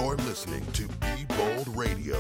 You're listening to Be Bold Radio.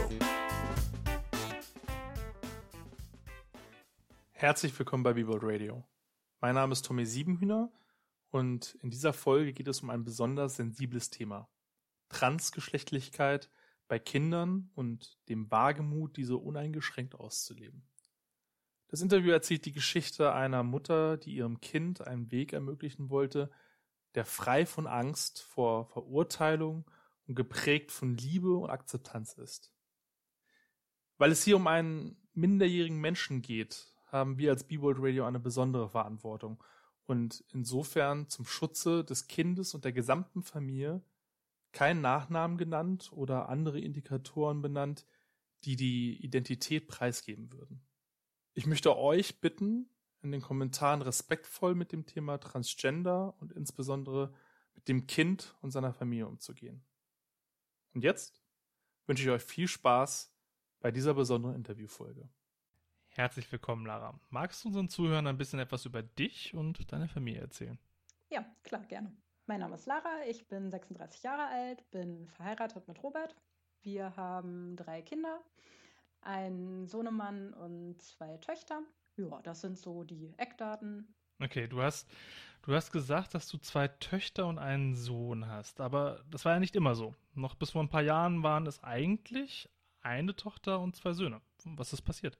Herzlich willkommen bei Be Bold Radio. Mein Name ist Tommy Siebenhühner und in dieser Folge geht es um ein besonders sensibles Thema. Transgeschlechtlichkeit bei Kindern und dem Wagemut, diese uneingeschränkt auszuleben. Das Interview erzählt die Geschichte einer Mutter, die ihrem Kind einen Weg ermöglichen wollte, der frei von Angst vor Verurteilung und geprägt von Liebe und Akzeptanz ist. Weil es hier um einen minderjährigen Menschen geht, haben wir als Be Bold Radio eine besondere Verantwortung und insofern zum Schutze des Kindes und der gesamten Familie keinen Nachnamen genannt oder andere Indikatoren benannt, die die Identität preisgeben würden. Ich möchte euch bitten, in den Kommentaren respektvoll mit dem Thema Transgender und insbesondere mit dem Kind und seiner Familie umzugehen. Und jetzt wünsche ich euch viel Spaß bei dieser besonderen Interviewfolge. Herzlich willkommen, Lara. Magst du unseren Zuhörern ein bisschen etwas über dich und deine Familie erzählen? Ja, klar, gerne. Mein Name ist Lara, ich bin 36 Jahre alt, bin verheiratet mit Robert. Wir haben 3 Kinder, einen Sohnemann und 2 Töchter. Ja, das sind so die Eckdaten. Okay, du hast gesagt, dass du 2 Töchter und einen Sohn hast, aber das war ja nicht immer so. Noch bis vor ein paar Jahren waren es eigentlich eine Tochter und 2 Söhne. Was ist passiert?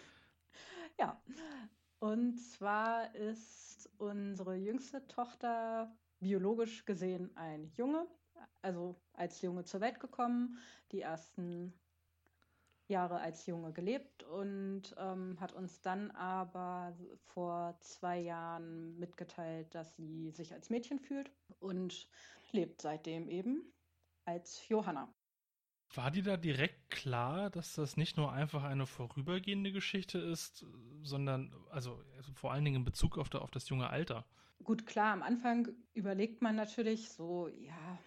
Ja, und zwar ist unsere jüngste Tochter biologisch gesehen ein Junge, also als Junge zur Welt gekommen, die ersten Jahre als Junge gelebt und hat uns dann aber vor 2 Jahren mitgeteilt, dass sie sich als Mädchen fühlt und lebt seitdem eben als Johanna. War dir da direkt klar, dass das nicht nur einfach eine vorübergehende Geschichte ist, sondern also vor allen Dingen in Bezug auf das junge Alter? Gut, klar, am Anfang überlegt man natürlich so, ja,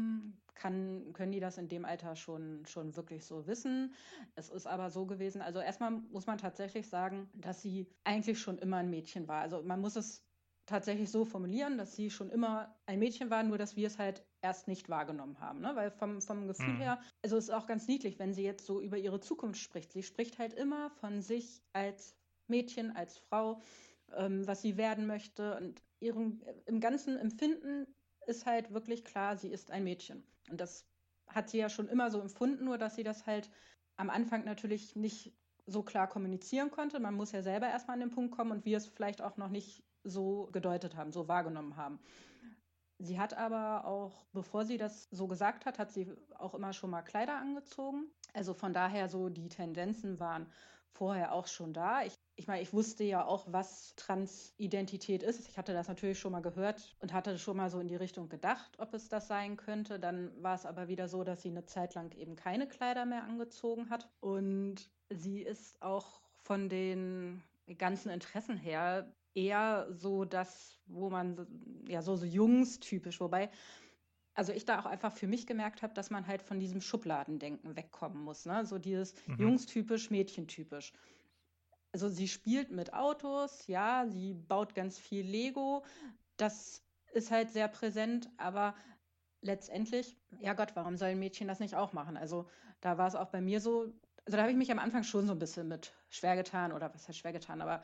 können die das in dem Alter schon wirklich so wissen? Es ist aber so gewesen, also erstmal muss man tatsächlich sagen, dass sie eigentlich schon immer ein Mädchen war. Also man muss es tatsächlich so formulieren, dass sie schon immer ein Mädchen war, nur dass wir es halt erst nicht wahrgenommen haben, ne? Weil vom Gefühl her, also es ist auch ganz niedlich, wenn sie jetzt so über ihre Zukunft spricht. Sie spricht halt immer von sich als Mädchen, als Frau, was sie werden möchte und im ganzen Empfinden ist halt wirklich klar, sie ist ein Mädchen. Und das hat sie ja schon immer so empfunden, nur dass sie das halt am Anfang natürlich nicht so klar kommunizieren konnte. Man muss ja selber erstmal an den Punkt kommen und wir es vielleicht auch noch nicht so gedeutet haben, so wahrgenommen haben. Sie hat aber auch, bevor sie das so gesagt hat, hat sie auch immer schon mal Kleider angezogen. Also von daher so die Tendenzen waren vorher auch schon da. Ich meine, ich wusste ja auch, was Transidentität ist. Ich hatte das natürlich schon mal gehört und hatte schon mal so in die Richtung gedacht, ob es das sein könnte. Dann war es aber wieder so, dass sie eine Zeit lang eben keine Kleider mehr angezogen hat. Und sie ist auch von den ganzen Interessen her eher so das, wo man, ja, so jungstypisch, wobei, also ich da auch einfach für mich gemerkt habe, dass man halt von diesem Schubladendenken wegkommen muss, ne? So dieses jungstypisch, mädchentypisch. Also sie spielt mit Autos, ja, sie baut ganz viel Lego, das ist halt sehr präsent, aber letztendlich, ja Gott, warum soll ein Mädchen das nicht auch machen? Also da war es auch bei mir so, also da habe ich mich am Anfang schon so ein bisschen mit schwer getan, oder was heißt schwer getan, aber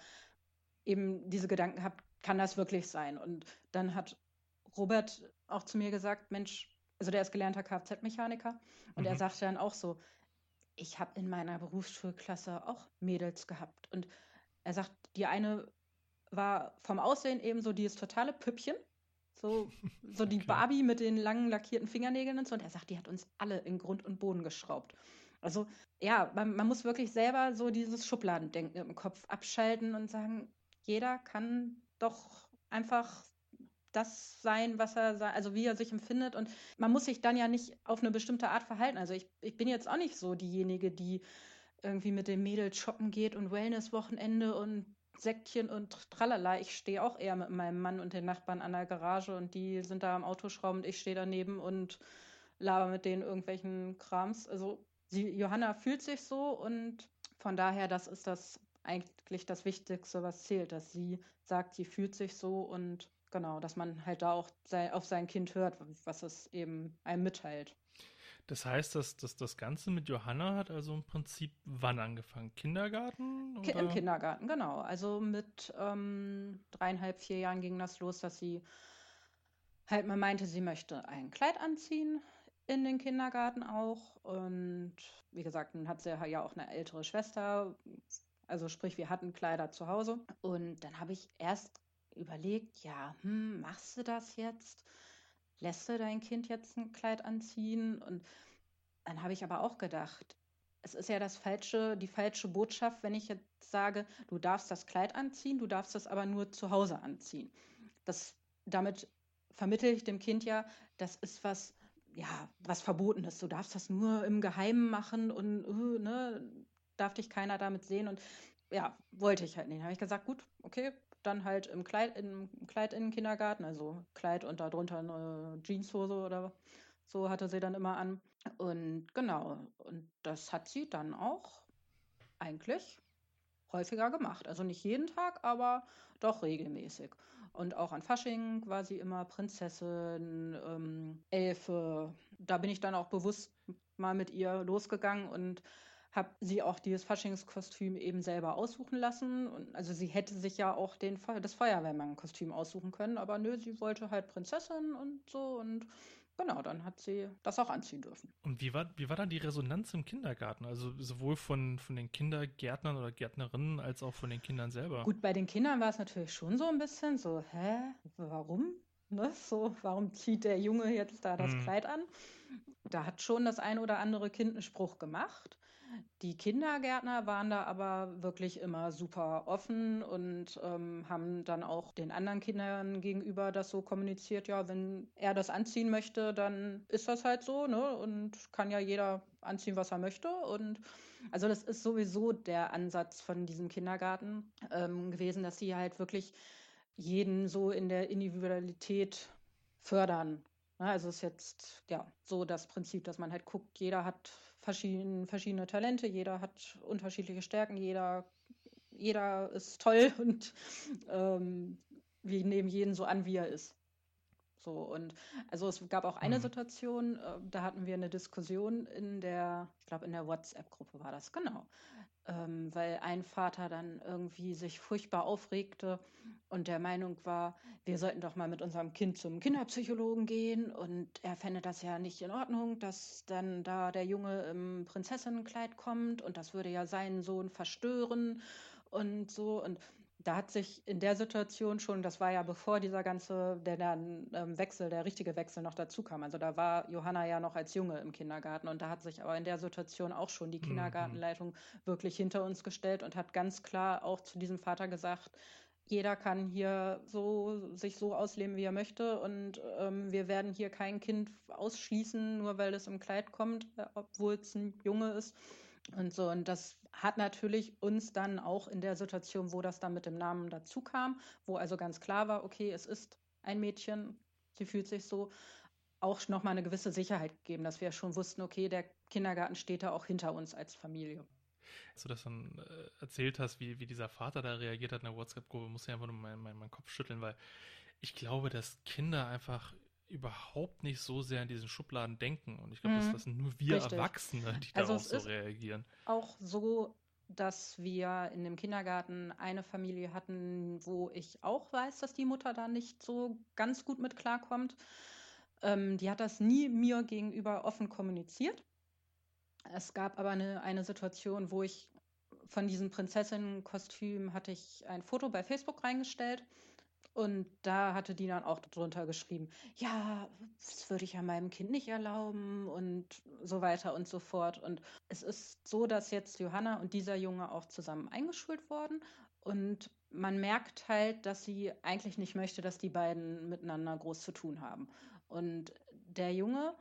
eben diese Gedanken gehabt, kann das wirklich sein? Und dann hat Robert auch zu mir gesagt, Mensch, also der ist gelernter Kfz-Mechaniker und er sagte dann auch so, ich habe in meiner Berufsschulklasse auch Mädels gehabt. Und er sagt, die eine war vom Aussehen eben so dieses totale Püppchen, so die Okay. Barbie mit den langen lackierten Fingernägeln und so. Und er sagt, die hat uns alle in Grund und Boden geschraubt. Also ja, man muss wirklich selber so dieses Schubladendenken im Kopf abschalten und sagen, jeder kann doch einfach das sein, was also wie er sich empfindet. Und man muss sich dann ja nicht auf eine bestimmte Art verhalten. Also ich bin jetzt auch nicht so diejenige, die irgendwie mit den Mädels shoppen geht und Wellness-Wochenende und Säckchen und tralala. Ich stehe auch eher mit meinem Mann und den Nachbarn an der Garage und die sind da am Autoschrauben und ich stehe daneben und laber mit denen irgendwelchen Krams. Also Johanna fühlt sich so und von daher, das ist das eigentlich das Wichtigste, was zählt, dass sie sagt, sie fühlt sich so und genau, dass man halt da auch auf sein Kind hört, was es eben einem mitteilt. Das heißt, dass das Ganze mit Johanna hat also im Prinzip wann angefangen? Kindergarten? Oder? Im Kindergarten, genau. Also mit 3,5, 4 Jahren ging das los, dass sie halt mal meinte, sie möchte ein Kleid anziehen in den Kindergarten auch. Und wie gesagt, dann hat sie ja auch eine ältere Schwester. Also sprich, wir hatten Kleider zu Hause. Und dann habe ich erst überlegt, ja, machst du das jetzt? Lässt du dein Kind jetzt ein Kleid anziehen? Und dann habe ich aber auch gedacht, es ist ja die falsche Botschaft, wenn ich jetzt sage, du darfst das Kleid anziehen, du darfst es aber nur zu Hause anziehen. Damit vermittle ich dem Kind ja, das ist was, ja, was Verbotenes. Du darfst das nur im Geheimen machen und ne, darf dich keiner damit sehen. Und ja, wollte ich halt nicht. Dann habe ich gesagt, gut, okay, dann halt im Kleid in den Kindergarten, also Kleid und darunter eine Jeanshose oder so hatte sie dann immer an. Und genau, und das hat sie dann auch eigentlich häufiger gemacht. Also nicht jeden Tag, aber doch regelmäßig. Und auch an Fasching war sie immer Prinzessin, Elfe. Da bin ich dann auch bewusst mal mit ihr losgegangen und habe sie auch dieses Faschingskostüm eben selber aussuchen lassen. Und also sie hätte sich ja auch das Feuerwehrmann-Kostüm aussuchen können, aber nö, sie wollte halt Prinzessin und so. Und genau, dann hat sie das auch anziehen dürfen. Und wie war dann die Resonanz im Kindergarten? Also sowohl von den Kindergärtnern oder Gärtnerinnen als auch von den Kindern selber? Gut, bei den Kindern war es natürlich schon so ein bisschen so, hä, warum? Ne? So, warum zieht der Junge jetzt da das Kleid an? Da hat schon das ein oder andere Kind einen Spruch gemacht. Die Kindergärtner waren da aber wirklich immer super offen und haben dann auch den anderen Kindern gegenüber das so kommuniziert, ja, wenn er das anziehen möchte, dann ist das halt so, ne? Und kann ja jeder anziehen, was er möchte. Und also das ist sowieso der Ansatz von diesem Kindergarten gewesen, dass sie halt wirklich jeden so in der Individualität fördern. Also es ist jetzt ja so das Prinzip, dass man halt guckt, jeder hat verschiedene Talente, jeder hat unterschiedliche Stärken, jeder ist toll und wir nehmen jeden so an, wie er ist. So, und also es gab auch eine Situation, da hatten wir eine Diskussion ich glaube in der WhatsApp-Gruppe war das, genau. Weil ein Vater dann irgendwie sich furchtbar aufregte und der Meinung war, wir sollten doch mal mit unserem Kind zum Kinderpsychologen gehen und er fände das ja nicht in Ordnung, dass dann da der Junge im Prinzessinnenkleid kommt und das würde ja seinen Sohn verstören und so. Und da hat sich in der Situation schon, das war ja bevor der richtige Wechsel noch dazu kam. Also da war Johanna ja noch als Junge im Kindergarten und da hat sich aber in der Situation auch schon die Kindergartenleitung wirklich hinter uns gestellt und hat ganz klar auch zu diesem Vater gesagt, jeder kann hier sich so ausleben, wie er möchte und wir werden hier kein Kind ausschließen, nur weil es im Kleid kommt, obwohl es ein Junge ist. Und so, und das hat natürlich uns dann auch in der Situation, wo das dann mit dem Namen dazu kam, wo also ganz klar war, okay, es ist ein Mädchen, sie fühlt sich so, auch nochmal eine gewisse Sicherheit gegeben, dass wir schon wussten, okay, der Kindergarten steht da auch hinter uns als Familie. Als du das dann erzählt hast, wie dieser Vater da reagiert hat in der WhatsApp-Gruppe, muss ich einfach nur meinen Kopf schütteln, weil ich glaube, dass Kinder einfach überhaupt nicht so sehr in diesen Schubladen denken. Und ich glaube, das sind nur wir Richtig. Erwachsene, die Also darauf es so ist reagieren. auch so, dass wir in dem Kindergarten eine Familie hatten, wo ich auch weiß, dass die Mutter da nicht so ganz gut mit klarkommt. Die hat das nie mir gegenüber offen kommuniziert. Es gab aber eine Situation, wo ich von diesem Prinzessinnenkostüm hatte ich ein Foto bei Facebook reingestellt und da hatte die dann auch drunter geschrieben, ja, das würde ich ja meinem Kind nicht erlauben und so weiter und so fort. Und es ist so, dass jetzt Johanna und dieser Junge auch zusammen eingeschult wurden und man merkt halt, dass sie eigentlich nicht möchte, dass die beiden miteinander groß zu tun haben. Und der Junge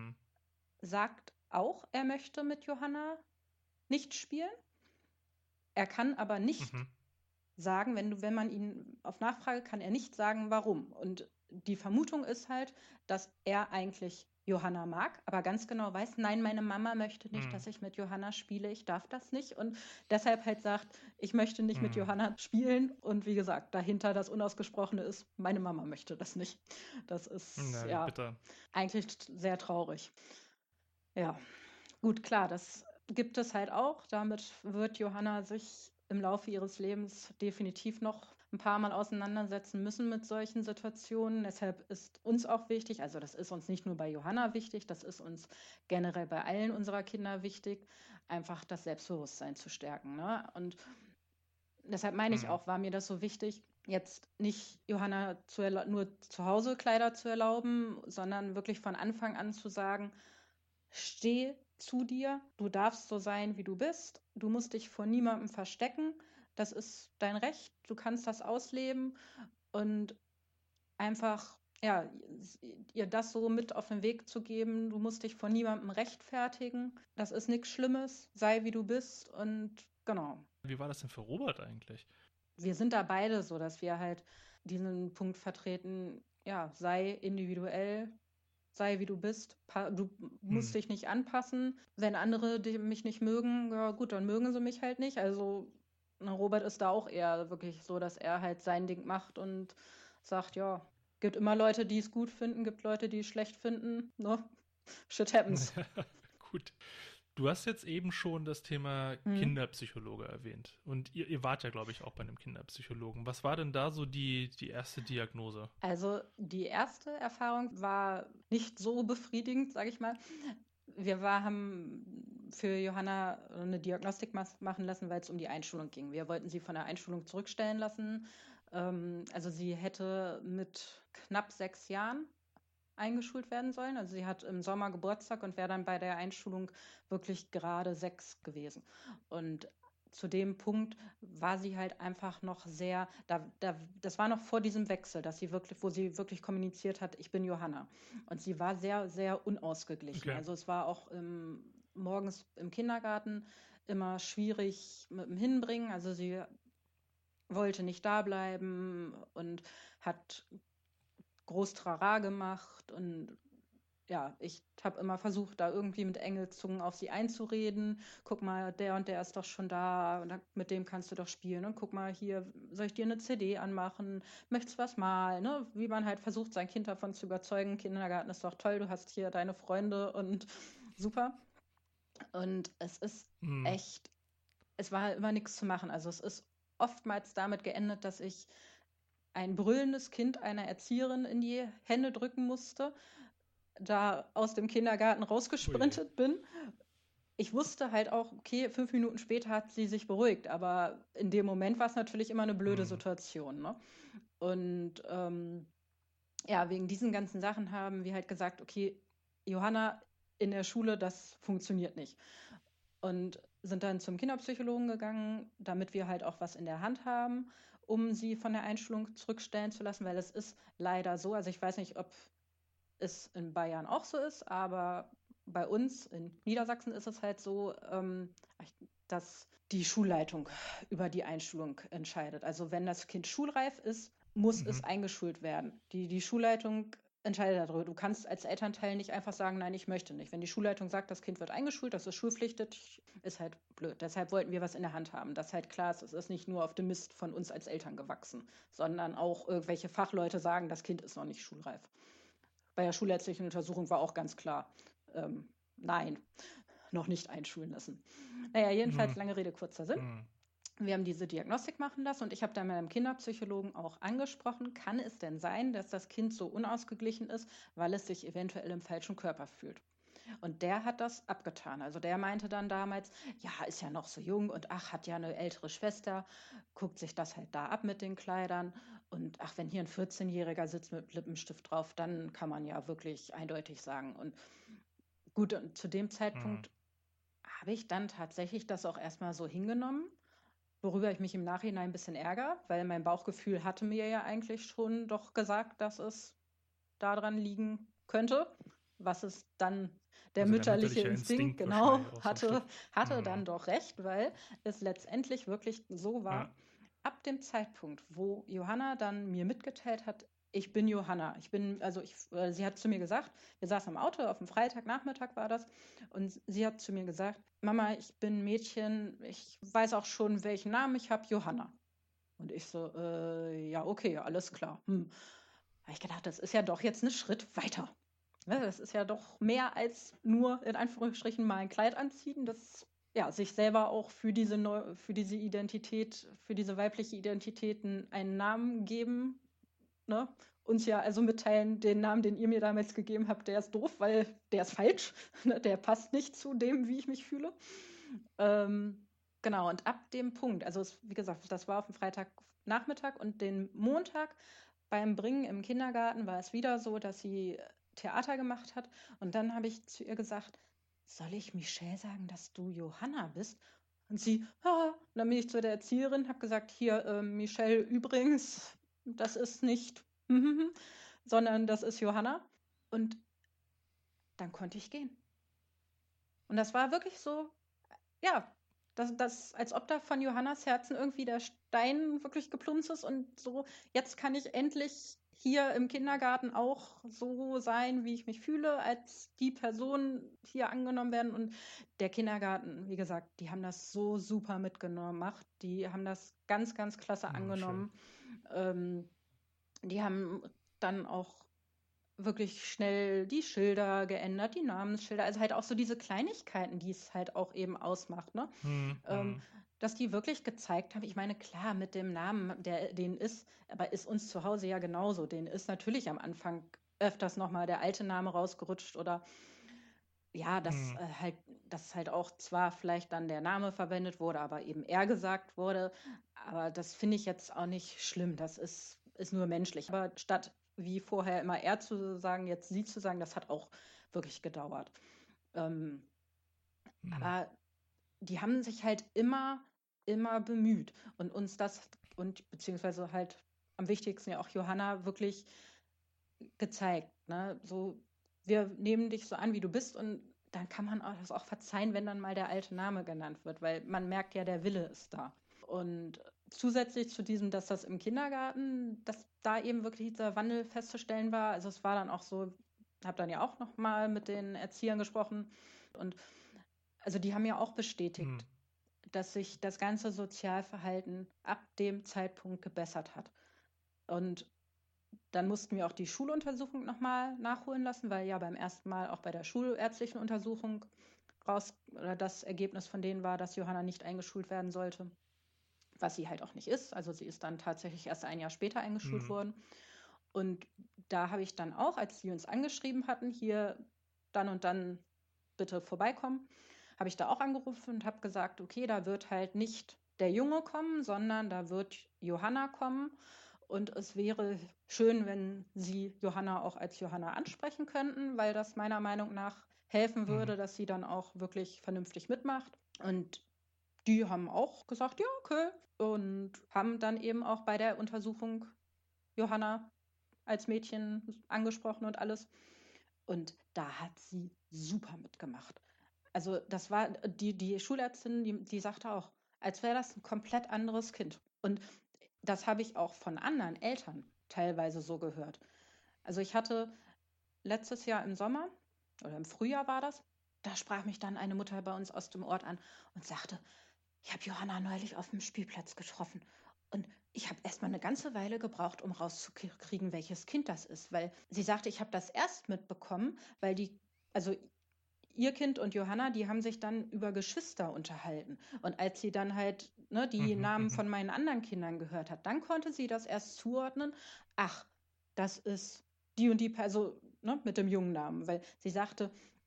sagt auch, er möchte mit Johanna nicht spielen. Er kann aber nicht sagen, wenn man ihn auf Nachfrage kann er nicht sagen, warum. Und die Vermutung ist halt, dass er eigentlich Johanna mag, aber ganz genau weiß, nein, meine Mama möchte nicht, dass ich mit Johanna spiele, ich darf das nicht und deshalb halt sagt, ich möchte nicht mit Johanna spielen und wie gesagt, dahinter das Unausgesprochene ist, meine Mama möchte das nicht. Das ist ja bitter. eigentlich sehr traurig. Ja, gut, klar, das gibt es halt auch. Damit wird Johanna sich im Laufe ihres Lebens definitiv noch ein paar Mal auseinandersetzen müssen mit solchen Situationen. Deshalb ist uns auch wichtig, also das ist uns nicht nur bei Johanna wichtig, das ist uns generell bei allen unserer Kinder wichtig, einfach das Selbstbewusstsein zu stärken. Ne? Und deshalb meine ich Hm. auch, war mir das so wichtig, jetzt nicht Johanna nur zu Hause Kleider zu erlauben, sondern wirklich von Anfang an zu sagen, steh zu dir, du darfst so sein, wie du bist, du musst dich vor niemandem verstecken, das ist dein Recht, du kannst das ausleben und einfach, ja, ihr das so mit auf den Weg zu geben, du musst dich vor niemandem rechtfertigen, das ist nichts Schlimmes, sei wie du bist und genau. Wie war das denn für Robert eigentlich? Wir sind da beide so, dass wir halt diesen Punkt vertreten, ja, sei individuell, sei wie du bist. Du musst dich nicht anpassen. Wenn andere mich nicht mögen, ja gut, dann mögen sie mich halt nicht. Also Robert ist da auch eher wirklich so, dass er halt sein Ding macht und sagt, ja, gibt immer Leute, die es gut finden, gibt Leute, die es schlecht finden. Ne? Shit happens. Gut. Du hast jetzt eben schon das Thema Hm. Kinderpsychologe erwähnt. Und ihr wart ja, glaube ich, auch bei einem Kinderpsychologen. Was war denn da so die erste Diagnose? Also die erste Erfahrung war nicht so befriedigend, sage ich mal. Haben für Johanna eine Diagnostik machen lassen, weil es um die Einschulung ging. Wir wollten sie von der Einschulung zurückstellen lassen. Also sie hätte mit knapp 6 Jahren eingeschult werden sollen. Also sie hat im Sommer Geburtstag und wäre dann bei der Einschulung wirklich gerade 6 gewesen. Und zu dem Punkt war sie halt einfach noch sehr, das war noch vor diesem Wechsel, wo sie wirklich kommuniziert hat, ich bin Johanna. Und sie war sehr, sehr unausgeglichen. Okay. Also es war auch morgens im Kindergarten immer schwierig mit dem Hinbringen. Also sie wollte nicht da bleiben und hat groß Trara gemacht und ja, ich habe immer versucht, da irgendwie mit Engelzungen auf sie einzureden. Guck mal, der und der ist doch schon da und mit dem kannst du doch spielen. Und guck mal, hier soll ich dir eine CD anmachen? Möchtest du was malen? Ne? Wie man halt versucht, sein Kind davon zu überzeugen, Kindergarten ist doch toll, du hast hier deine Freunde und super. Und es ist Hm. echt, es war immer nichts zu machen. Also es ist oftmals damit geendet, dass ich ein brüllendes Kind einer Erzieherin in die Hände drücken musste, da aus dem Kindergarten Ui. rausgesprintet bin. Ich wusste halt auch, okay, 5 Minuten später hat sie sich beruhigt, aber in dem Moment war es natürlich immer eine blöde Hm. Situation. Ne? Und ja, wegen diesen ganzen Sachen haben wir halt gesagt, okay, Johanna in der Schule, das funktioniert nicht. Und sind dann zum Kinderpsychologen gegangen, damit wir halt auch was in der Hand haben, um sie von der Einschulung zurückstellen zu lassen, weil es ist leider so, also ich weiß nicht, ob es in Bayern auch so ist, aber bei uns in Niedersachsen ist es halt so, dass die Schulleitung über die Einschulung entscheidet. Also wenn das Kind schulreif ist, muss es Mhm. eingeschult werden. Die Schulleitung entscheidet darüber. Du kannst als Elternteil nicht einfach sagen, nein, ich möchte nicht. Wenn die Schulleitung sagt, das Kind wird eingeschult, das ist schulpflichtig, ist halt blöd. Deshalb wollten wir was in der Hand haben, dass halt klar ist, es ist nicht nur auf dem Mist von uns als Eltern gewachsen, sondern auch irgendwelche Fachleute sagen, das Kind ist noch nicht schulreif. Bei der schulärztlichen Untersuchung war auch ganz klar, nein, noch nicht einschulen lassen. Naja, jedenfalls Hm. lange Rede, kurzer Sinn. Hm. Wir haben diese Diagnostik machen lassen und ich habe dann meinem Kinderpsychologen auch angesprochen, kann es denn sein, dass das Kind so unausgeglichen ist, weil es sich eventuell im falschen Körper fühlt? Und der hat das abgetan. Also der meinte dann damals, ja, ist ja noch so jung und ach, hat ja eine ältere Schwester, guckt sich das halt da ab mit den Kleidern. Und ach, wenn hier ein 14-Jähriger sitzt mit Lippenstift drauf, dann kann man ja wirklich eindeutig sagen. Und gut, und zu dem Hm. Zeitpunkt habe ich dann tatsächlich das auch erstmal so hingenommen, worüber ich mich im Nachhinein ein bisschen ärgere, weil mein Bauchgefühl hatte mir ja eigentlich schon doch gesagt, dass es daran liegen könnte, was es dann der Also der mütterliche mütterliche Instinkt Instinkt genau wahrscheinlich auch so ein hatte, Stück. hatte Hm. dann doch recht, weil es letztendlich wirklich so war, Ja. ab dem Zeitpunkt, wo Johanna dann mir mitgeteilt hat, ich bin Johanna. Sie hat zu mir gesagt, wir saßen im Auto, auf dem Freitagnachmittag war das, und sie hat zu mir gesagt, Mama, ich bin Mädchen, ich weiß auch schon, welchen Namen ich habe, Johanna. Und ich so, ja, okay, alles klar. Habe ich gedacht, das ist ja doch jetzt ein Schritt weiter. Ne, das ist ja doch mehr als nur in Anführungsstrichen mal ein Kleid anziehen, das ja sich selber auch für für diese Identität, für diese weibliche Identitäten einen Namen geben, ne? Uns ja also mitteilen, den Namen, den ihr mir damals gegeben habt, der ist doof, weil der ist falsch, ne? Der passt nicht zu dem, wie ich mich fühle. Genau, und ab dem Punkt, also wie gesagt, das war auf dem Freitagnachmittag und den Montag beim Bringen im Kindergarten war es wieder so, dass sie Theater gemacht hat. Und dann habe ich zu ihr gesagt, soll ich Michelle sagen, dass du Johanna bist? Und sie, ja. Und dann bin ich zu der Erzieherin, habe gesagt, hier, Michelle übrigens, das ist nicht, sondern das ist Johanna. Und dann konnte ich gehen. Und das war wirklich so, ja, als ob da von Johannas Herzen irgendwie der Stein wirklich geplumpst ist und so, jetzt kann ich endlich hier im Kindergarten auch so sein, wie ich mich fühle, als die Person hier angenommen werden. Und der Kindergarten, wie gesagt, die haben das so super mitgemacht. Die haben das ganz, ganz klasse angenommen. Die haben dann auch wirklich schnell die Schilder geändert, die Namensschilder, also halt auch so diese Kleinigkeiten, die es halt auch eben ausmacht, ne? Dass die wirklich gezeigt haben, ich meine, klar, mit dem Namen, den ist, aber ist uns zu Hause ja genauso. Den ist natürlich am Anfang öfters nochmal der alte Name rausgerutscht oder ja, dass halt auch zwar vielleicht dann der Name verwendet wurde, aber eben er gesagt wurde. Aber das finde ich jetzt auch nicht schlimm. Das ist nur menschlich. Aber statt wie vorher immer er zu sagen, jetzt sie zu sagen, das hat auch wirklich gedauert. Aber die haben sich halt immer bemüht und uns und beziehungsweise halt am wichtigsten ja auch Johanna wirklich gezeigt. Ne? So, wir nehmen dich so an, wie du bist und dann kann man das auch verzeihen, wenn dann mal der alte Name genannt wird, weil man merkt ja, der Wille ist da. Und zusätzlich zu diesem, dass das im Kindergarten, dass da eben wirklich dieser Wandel festzustellen war, also es war dann auch so, habe dann ja auch noch mal mit den Erziehern gesprochen und also die haben ja auch bestätigt, dass sich das ganze Sozialverhalten ab dem Zeitpunkt gebessert hat. Und dann mussten wir auch die Schuluntersuchung nochmal nachholen lassen, weil ja beim ersten Mal auch bei der schulärztlichen Untersuchung oder das Ergebnis von denen war, dass Johanna nicht eingeschult werden sollte, was sie halt auch nicht ist. Also sie ist dann tatsächlich erst ein Jahr später eingeschult worden. Und da habe ich dann auch, als sie uns angeschrieben hatten, hier dann und dann bitte vorbeikommen, habe ich da auch angerufen und habe gesagt, okay, da wird halt nicht der Junge kommen, sondern da wird Johanna kommen. Und es wäre schön, wenn Sie Johanna auch als Johanna ansprechen könnten, weil das meiner Meinung nach helfen würde, dass sie dann auch wirklich vernünftig mitmacht. Und die haben auch gesagt, ja, okay. Und haben dann eben auch bei der Untersuchung Johanna als Mädchen angesprochen und alles. Und da hat sie super mitgemacht. Also das war die Schulärztin, die sagte auch, als wäre das ein komplett anderes Kind. Und das habe ich auch von anderen Eltern teilweise so gehört. Also ich hatte letztes Jahr im Sommer oder im Frühjahr war das, da sprach mich dann eine Mutter bei uns aus dem Ort an und sagte, ich habe Johanna neulich auf dem Spielplatz getroffen und ich habe erst mal eine ganze Weile gebraucht, um rauszukriegen, welches Kind das ist, weil sie sagte, ich habe das erst mitbekommen, weil also ihr Kind und Johanna, die haben sich dann über Geschwister unterhalten. Und als sie dann halt die Namen von meinen anderen Kindern gehört hat, dann konnte sie das erst zuordnen. Ach, das ist die und die Person, ne, mit dem jungen Namen. Weil sie sagte,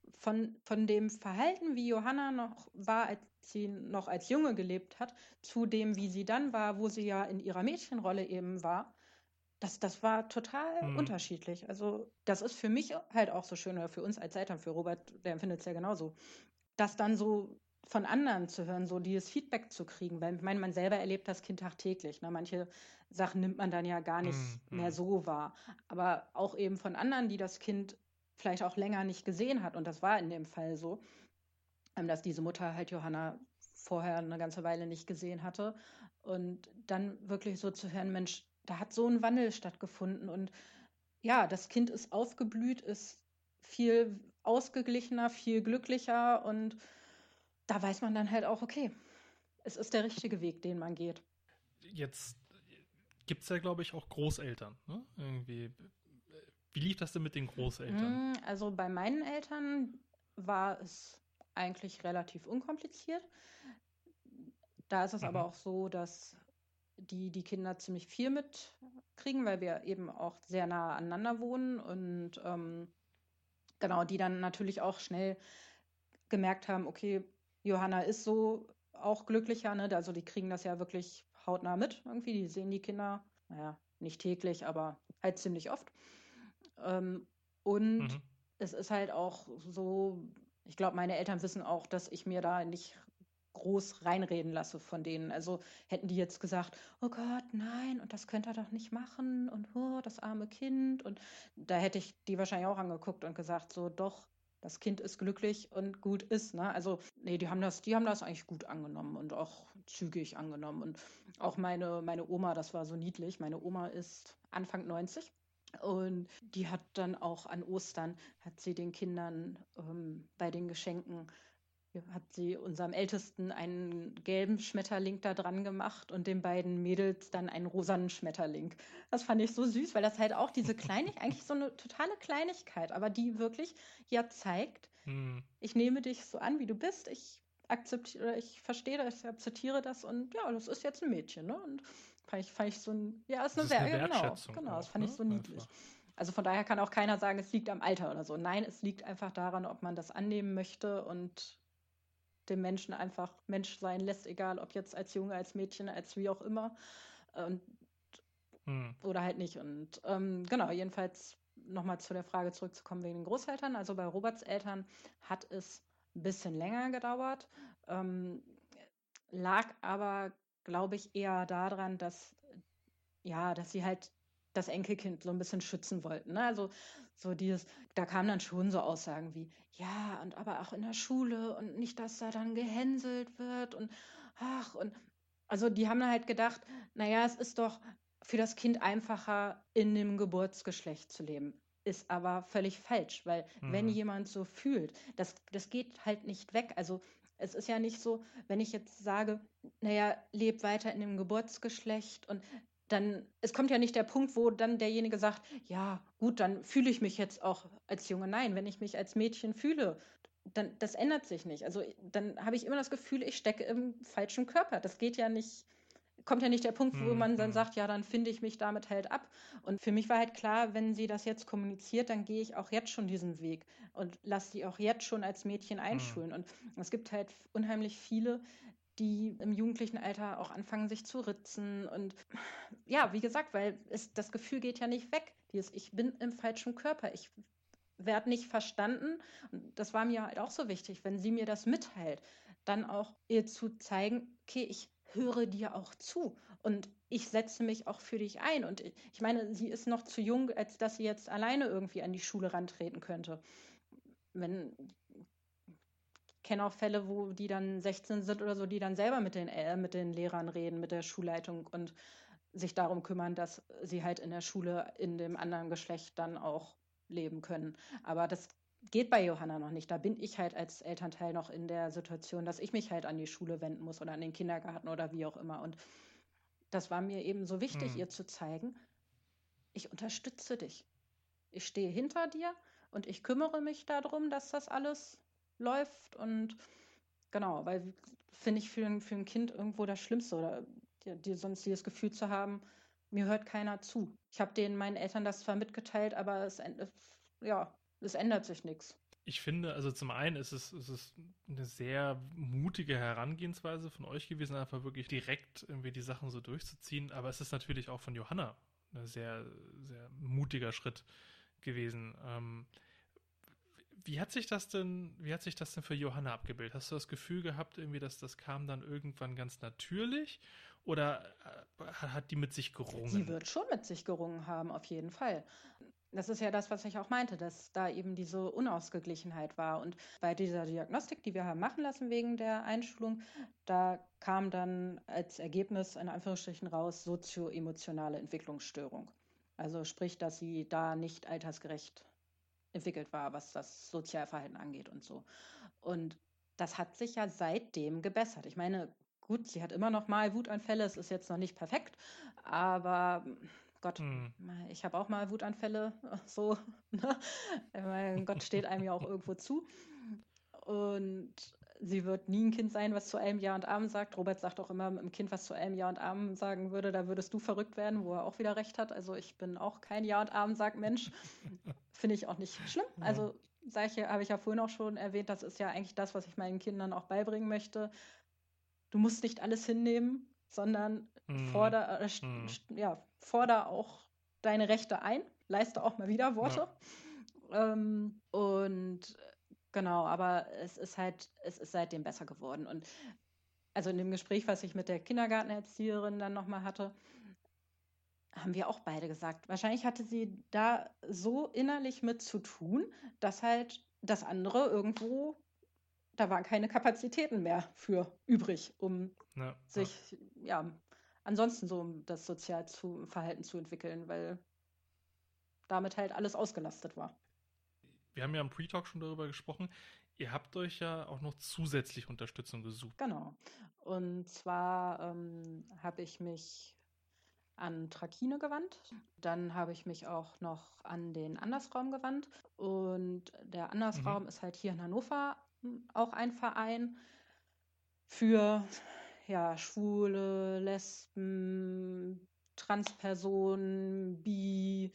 von dem Verhalten, wie Johanna noch war, als sie noch als Junge gelebt hat, zu dem, wie sie dann war, wo sie ja in ihrer Mädchenrolle eben war, das war total unterschiedlich. Also, das ist für mich halt auch so schön oder für uns als Eltern, für Robert, der empfindet es ja genauso, das dann so von anderen zu hören, so dieses Feedback zu kriegen, weil ich meine, man selber erlebt das Kind tagtäglich. Ne? Manche Sachen nimmt man dann ja gar nicht mehr so wahr. Aber auch eben von anderen, die das Kind vielleicht auch länger nicht gesehen hat. Und das war in dem Fall so, dass diese Mutter halt Johanna vorher eine ganze Weile nicht gesehen hatte. Und dann wirklich so zu hören, Mensch, da hat so ein Wandel stattgefunden. Und ja, das Kind ist aufgeblüht, ist viel ausgeglichener, viel glücklicher. Und da weiß man dann halt auch, okay, es ist der richtige Weg, den man geht. Jetzt gibt es ja, glaube ich, auch Großeltern. Ne? Irgendwie, Wie lief das denn mit den Großeltern? Also bei meinen Eltern war es eigentlich relativ unkompliziert. Da ist es aber Mhm. auch so, dass die Kinder ziemlich viel mitkriegen, weil wir eben auch sehr nah aneinander wohnen und genau, die dann natürlich auch schnell gemerkt haben, okay, Johanna ist so auch glücklicher, ne? Also die kriegen das ja wirklich hautnah mit irgendwie. Die sehen die Kinder, naja, nicht täglich, aber halt ziemlich oft. Und Mhm. es ist halt auch so, ich glaube, meine Eltern wissen auch, dass ich mir da nicht groß reinreden lasse von denen. Also hätten die jetzt gesagt, oh Gott, nein, und das könnt ihr doch nicht machen und oh, das arme Kind. Und da hätte ich die wahrscheinlich auch angeguckt und gesagt, so doch, das Kind ist glücklich und gut ist. Ne? Also, nee, die haben das eigentlich gut angenommen und auch zügig angenommen. Und auch meine Oma, das war so niedlich. Meine Oma ist Anfang 90 und die hat dann auch an Ostern, hat sie den Kindern bei den Geschenken, hat sie unserem Ältesten einen gelben Schmetterling da dran gemacht und den beiden Mädels dann einen rosanen Schmetterling. Das fand ich so süß, weil das halt auch diese Kleinigkeit, eigentlich so eine totale Kleinigkeit, aber die wirklich ja zeigt, Mhm. ich nehme dich so an, wie du bist, ich akzeptiere, ich verstehe das, ich akzeptiere das und ja, das ist jetzt ein Mädchen, ne? Und fand ich so ein, ja, ist Das eine ist eine ja, genau, Wertschätzung genau, das auch, fand ich ne? so niedlich. Einfach. Also von daher kann auch keiner sagen, es liegt am Alter oder so. Nein, es liegt einfach daran, ob man das annehmen möchte und dem Menschen einfach Mensch sein lässt, egal ob jetzt als Junge, als Mädchen, als wie auch immer. Und, Mhm. oder halt nicht. Und genau, jedenfalls nochmal zu der Frage zurückzukommen wegen den Großeltern. Also bei Roberts Eltern hat es ein bisschen länger gedauert, ähm, lag aber, glaube ich, eher daran, dass sie halt das Enkelkind so ein bisschen schützen wollten. Ne? Also so dieses, da kamen dann schon so Aussagen wie, ja, und aber auch in der Schule und nicht, dass da dann gehänselt wird und ach, und also die haben dann halt gedacht, naja, es ist doch für das Kind einfacher, in dem Geburtsgeschlecht zu leben. Ist aber völlig falsch, weil wenn Mhm. jemand so fühlt, das geht halt nicht weg. Also es ist ja nicht so, wenn ich jetzt sage, naja, leb weiter in dem Geburtsgeschlecht und dann, es kommt ja nicht der Punkt, wo dann derjenige sagt, ja, gut, dann fühle ich mich jetzt auch als Junge. Nein, wenn ich mich als Mädchen fühle, dann, das ändert sich nicht. Also dann habe ich immer das Gefühl, ich stecke im falschen Körper. Das geht ja nicht, kommt ja nicht der Punkt, wo man dann Mhm. sagt, ja, dann finde ich mich damit halt ab. Und für mich war halt klar, wenn sie das jetzt kommuniziert, dann gehe ich auch jetzt schon diesen Weg und lasse sie auch jetzt schon als Mädchen Mhm. einschulen. Und es gibt halt unheimlich viele, die im jugendlichen Alter auch anfangen, sich zu ritzen. Und ja, wie gesagt, weil das Gefühl geht ja nicht weg. Dieses, ich bin im falschen Körper. Ich werde nicht verstanden. Und das war mir halt auch so wichtig, wenn sie mir das mitteilt, dann auch ihr zu zeigen, okay, ich höre dir auch zu und ich setze mich auch für dich ein. Und ich meine, sie ist noch zu jung, als dass sie jetzt alleine irgendwie an die Schule rantreten könnte. Wenn kenne auch Fälle, wo die dann 16 sind oder so, die dann selber mit den Lehrern reden, mit der Schulleitung und sich darum kümmern, dass sie halt in der Schule in dem anderen Geschlecht dann auch leben können. Aber das geht bei Johanna noch nicht. Da bin ich halt als Elternteil noch in der Situation, dass ich mich halt an die Schule wenden muss oder an den Kindergarten oder wie auch immer. Und das war mir eben so wichtig, Mhm. ihr zu zeigen, ich unterstütze dich. Ich stehe hinter dir und ich kümmere mich darum, dass das alles läuft und genau, weil finde ich für ein Kind irgendwo das Schlimmste oder sonst dieses Gefühl zu haben, mir hört keiner zu. Ich habe denen meinen Eltern das zwar mitgeteilt, aber ja, es ändert sich nichts. Ich finde, also zum einen ist es eine sehr mutige Herangehensweise von euch gewesen, einfach wirklich direkt irgendwie die Sachen so durchzuziehen. Aber es ist natürlich auch von Johanna ein sehr, sehr mutiger Schritt gewesen. Wie hat sich das denn für Johanna abgebildet? Hast du das Gefühl gehabt, irgendwie, dass das kam dann irgendwann ganz natürlich? Oder hat die mit sich Sie gerungen? wird schon mit sich gerungen haben, auf jeden Fall. Das ist ja das, was ich auch meinte, dass da eben diese Unausgeglichenheit war. Und bei dieser Diagnostik, die wir haben machen lassen wegen der Einschulung, da kam dann als Ergebnis in Anführungsstrichen raus sozioemotionale Entwicklungsstörung. Also sprich, dass sie da nicht altersgerecht entwickelt war, was das Sozialverhalten angeht und so. Und das hat sich ja seitdem gebessert. Ich meine, gut, sie hat immer noch mal Wutanfälle, es ist jetzt noch nicht perfekt, aber Gott, ich habe auch mal Wutanfälle, so, ne? Mein Gott steht einem ja auch irgendwo zu. Und sie wird nie ein Kind sein, was zu allem Ja und Amen sagt. Robert sagt auch immer, ein Kind, was zu allem Ja und Amen sagen würde, da würdest du verrückt werden, wo er auch wieder recht hat. Also ich bin auch kein Ja und Amen sagt Mensch. Finde ich auch nicht schlimm. Ja. Also habe ich ja vorhin auch schon erwähnt, das ist ja eigentlich das, was ich meinen Kindern auch beibringen möchte. Du musst nicht alles hinnehmen, sondern forder auch deine Rechte ein, leiste auch mal Widerworte. Und genau, aber es ist seitdem besser geworden. Und also in dem Gespräch, was ich mit der Kindergartenerzieherin dann nochmal hatte, haben wir auch beide gesagt, wahrscheinlich hatte sie da so innerlich mit zu tun, dass halt das andere irgendwo, da waren keine Kapazitäten mehr für übrig, um sich, ansonsten so um das Sozialverhalten zu entwickeln, weil damit halt alles ausgelastet war. Wir haben ja im Pre-Talk schon darüber gesprochen. Ihr habt euch ja auch noch zusätzlich Unterstützung gesucht. Genau. Und zwar habe ich mich an Trakine gewandt. Dann habe ich mich auch noch an den Andersraum gewandt. Und der Andersraum ist halt hier in Hannover auch ein Verein für Schwule, Lesben, Transpersonen, Bi,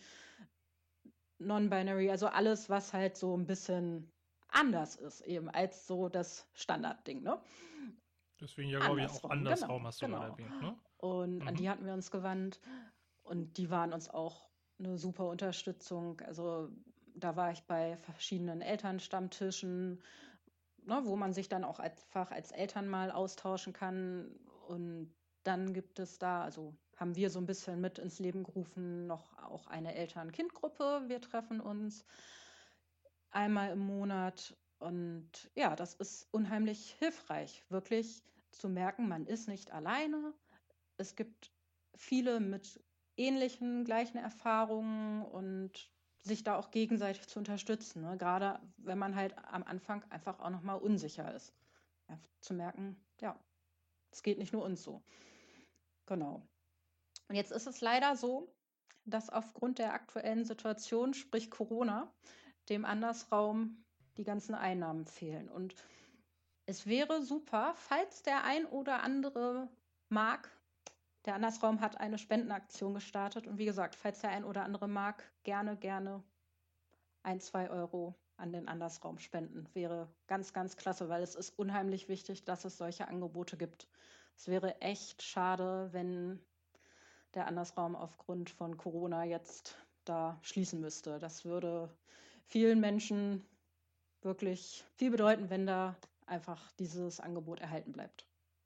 Non-Binary, also alles, was halt so ein bisschen anders ist, eben als so das Standardding, ne? Deswegen ja, glaube ich, auch Andersraum genau, hast du gerade erwähnt, ne? Und an die hatten wir uns gewandt und die waren uns auch eine super Unterstützung. Also da war ich bei verschiedenen Elternstammtischen, ne, wo man sich dann auch einfach als Eltern mal austauschen kann. Und dann gibt es da, also haben wir so ein bisschen mit ins Leben gerufen, noch auch eine Eltern-Kind-Gruppe. Wir treffen uns einmal im Monat. Und ja, das ist unheimlich hilfreich, wirklich zu merken, man ist nicht alleine. Es gibt viele mit ähnlichen, gleichen Erfahrungen und sich da auch gegenseitig zu unterstützen. Ne? Gerade wenn man halt am Anfang einfach auch nochmal unsicher ist. Ja, zu merken, ja, es geht nicht nur uns so. Genau. Und jetzt ist es leider so, dass aufgrund der aktuellen Situation, sprich Corona, dem Andersraum die ganzen Einnahmen fehlen. Und es wäre super, falls der ein oder andere mag, der Andersraum hat eine Spendenaktion gestartet. Und wie gesagt, falls der ein oder andere mag, gerne 1, 2 Euro an den Andersraum spenden. Wäre ganz, ganz klasse, weil es ist unheimlich wichtig, dass es solche Angebote gibt. Es wäre echt schade, wenn der Andersraum aufgrund von Corona jetzt da schließen müsste. Das würde vielen Menschen wirklich viel bedeuten, wenn da einfach dieses Angebot erhalten bleibt.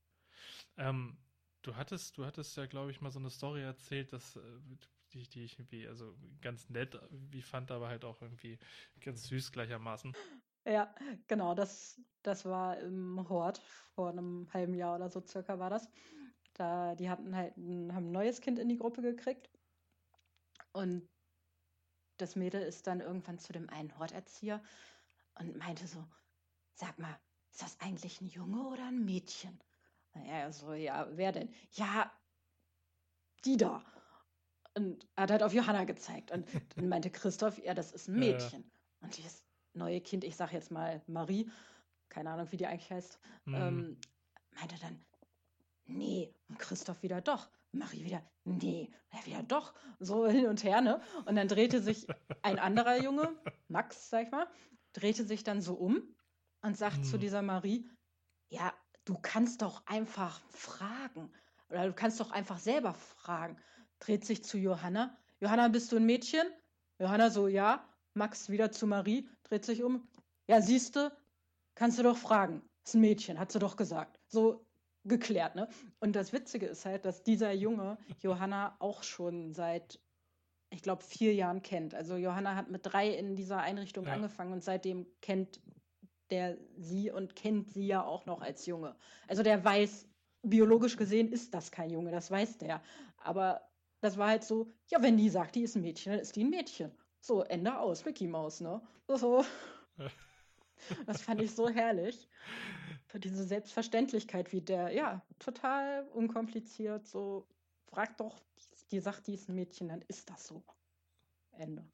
Du hattest ja, glaube ich, mal so eine Story erzählt, dass die ich irgendwie, also ganz nett, wie fand, aber halt auch irgendwie ganz süß gleichermaßen. Ja, genau, das war im Hort, vor einem halben Jahr oder so circa war das. Die haben ein neues Kind in die Gruppe gekriegt und das Mädel ist dann irgendwann zu dem einen Horterzieher und meinte so, sag mal, ist das eigentlich ein Junge oder ein Mädchen? Und er so, ja, wer denn? Ja, die da. Und hat halt auf Johanna gezeigt. Und dann meinte Christoph, ja, das ist ein Mädchen. Und dieses neue Kind, ich sag jetzt mal Marie, keine Ahnung, wie die eigentlich heißt, meinte dann, nee. Und Christoph wieder doch. Marie wieder, nee. Er wieder doch. So hin und her, ne? Und dann drehte sich ein anderer Junge, Max, sag ich mal, drehte sich dann so um und sagt zu dieser Marie, ja, du kannst doch einfach fragen. Oder du kannst doch einfach selber fragen. Dreht sich zu Johanna. Johanna, bist du ein Mädchen? Johanna so, ja. Max wieder zu Marie, dreht sich um. Ja, siehste, kannst du doch fragen. Ist ein Mädchen, hat sie doch gesagt. So geklärt, ne? Und das Witzige ist halt, dass dieser Junge Johanna auch schon seit, ich glaube, 4 Jahren kennt. Also Johanna hat mit 3 in dieser Einrichtung angefangen und seitdem kennt der sie und kennt sie ja auch noch als Junge. Also der weiß, biologisch gesehen ist das kein Junge, das weiß der. Aber das war halt so, ja, wenn die sagt, die ist ein Mädchen, dann ist die ein Mädchen. So, Ende aus, Mickey Mouse, ne? So. Das fand ich so herrlich. Für diese Selbstverständlichkeit, wie der, ja, total unkompliziert, so, frag doch, die sagt, die ist ein Mädchen, dann ist das so. Ende.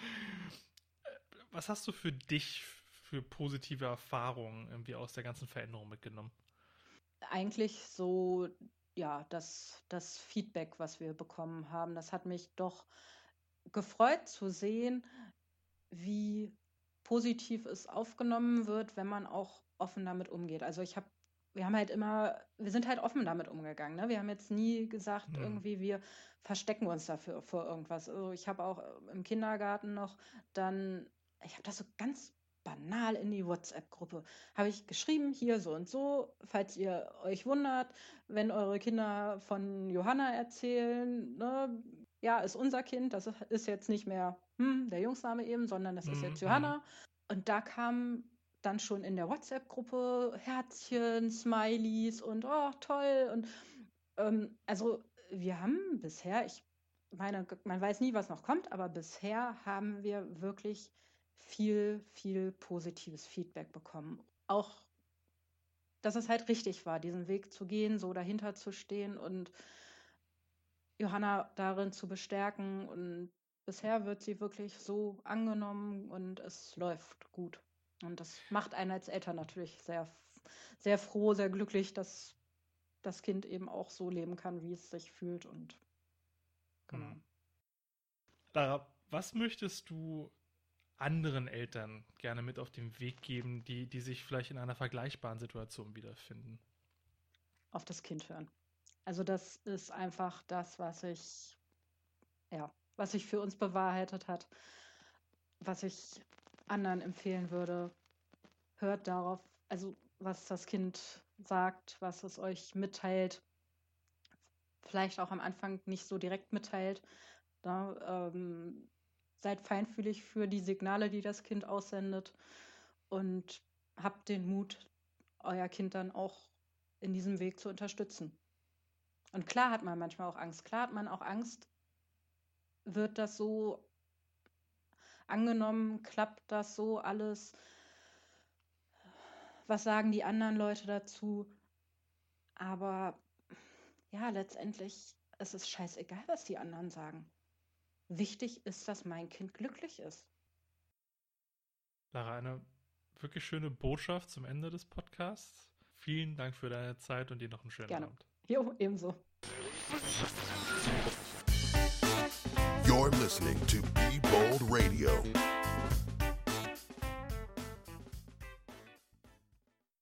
Was hast du für dich für positive Erfahrungen irgendwie aus der ganzen Veränderung mitgenommen? Eigentlich so, ja, das Feedback, was wir bekommen haben, das hat mich doch gefreut zu sehen, wie positiv es aufgenommen wird, wenn man auch offen damit umgeht. Also wir sind halt offen damit umgegangen. Ne? Wir haben jetzt nie gesagt, irgendwie, wir verstecken uns dafür vor irgendwas. Also ich habe auch im Kindergarten noch ich habe das so ganz banal in die WhatsApp-Gruppe, habe ich geschrieben, hier so und so, falls ihr euch wundert, wenn eure Kinder von Johanna erzählen, ne, ja, ist unser Kind, das ist jetzt nicht mehr der Jungsname eben, sondern das ist jetzt Johanna. Und da kam dann schon in der WhatsApp-Gruppe Herzchen, Smileys und oh, toll. Und also wir haben bisher, ich meine, man weiß nie, was noch kommt, aber bisher haben wir wirklich viel, viel positives Feedback bekommen. Auch, dass es halt richtig war, diesen Weg zu gehen, so dahinter zu stehen und Johanna darin zu bestärken. Und bisher wird sie wirklich so angenommen und es läuft gut. Und das macht einen als Eltern natürlich sehr, sehr froh, sehr glücklich, dass das Kind eben auch so leben kann, wie es sich fühlt. Und genau. Lara, was möchtest du anderen Eltern gerne mit auf den Weg geben, die sich vielleicht in einer vergleichbaren Situation wiederfinden? Auf das Kind hören. Also das ist einfach das, was sich für uns bewahrheitet hat, was ich anderen empfehlen würde. Hört darauf, also was das Kind sagt, was es euch mitteilt, vielleicht auch am Anfang nicht so direkt mitteilt. Da, seid feinfühlig für die Signale, die das Kind aussendet und habt den Mut, euer Kind dann auch in diesem Weg zu unterstützen. Und klar hat man manchmal auch Angst. Klar hat man auch Angst, wird das so angenommen, klappt das so alles? Was sagen die anderen Leute dazu? Aber ja, letztendlich ist es scheißegal, was die anderen sagen. Wichtig ist, dass mein Kind glücklich ist. Lara, eine wirklich schöne Botschaft zum Ende des Podcasts. Vielen Dank für deine Zeit und dir noch einen schönen Abend. Jo, ebenso. You're listening to Be Bold Radio.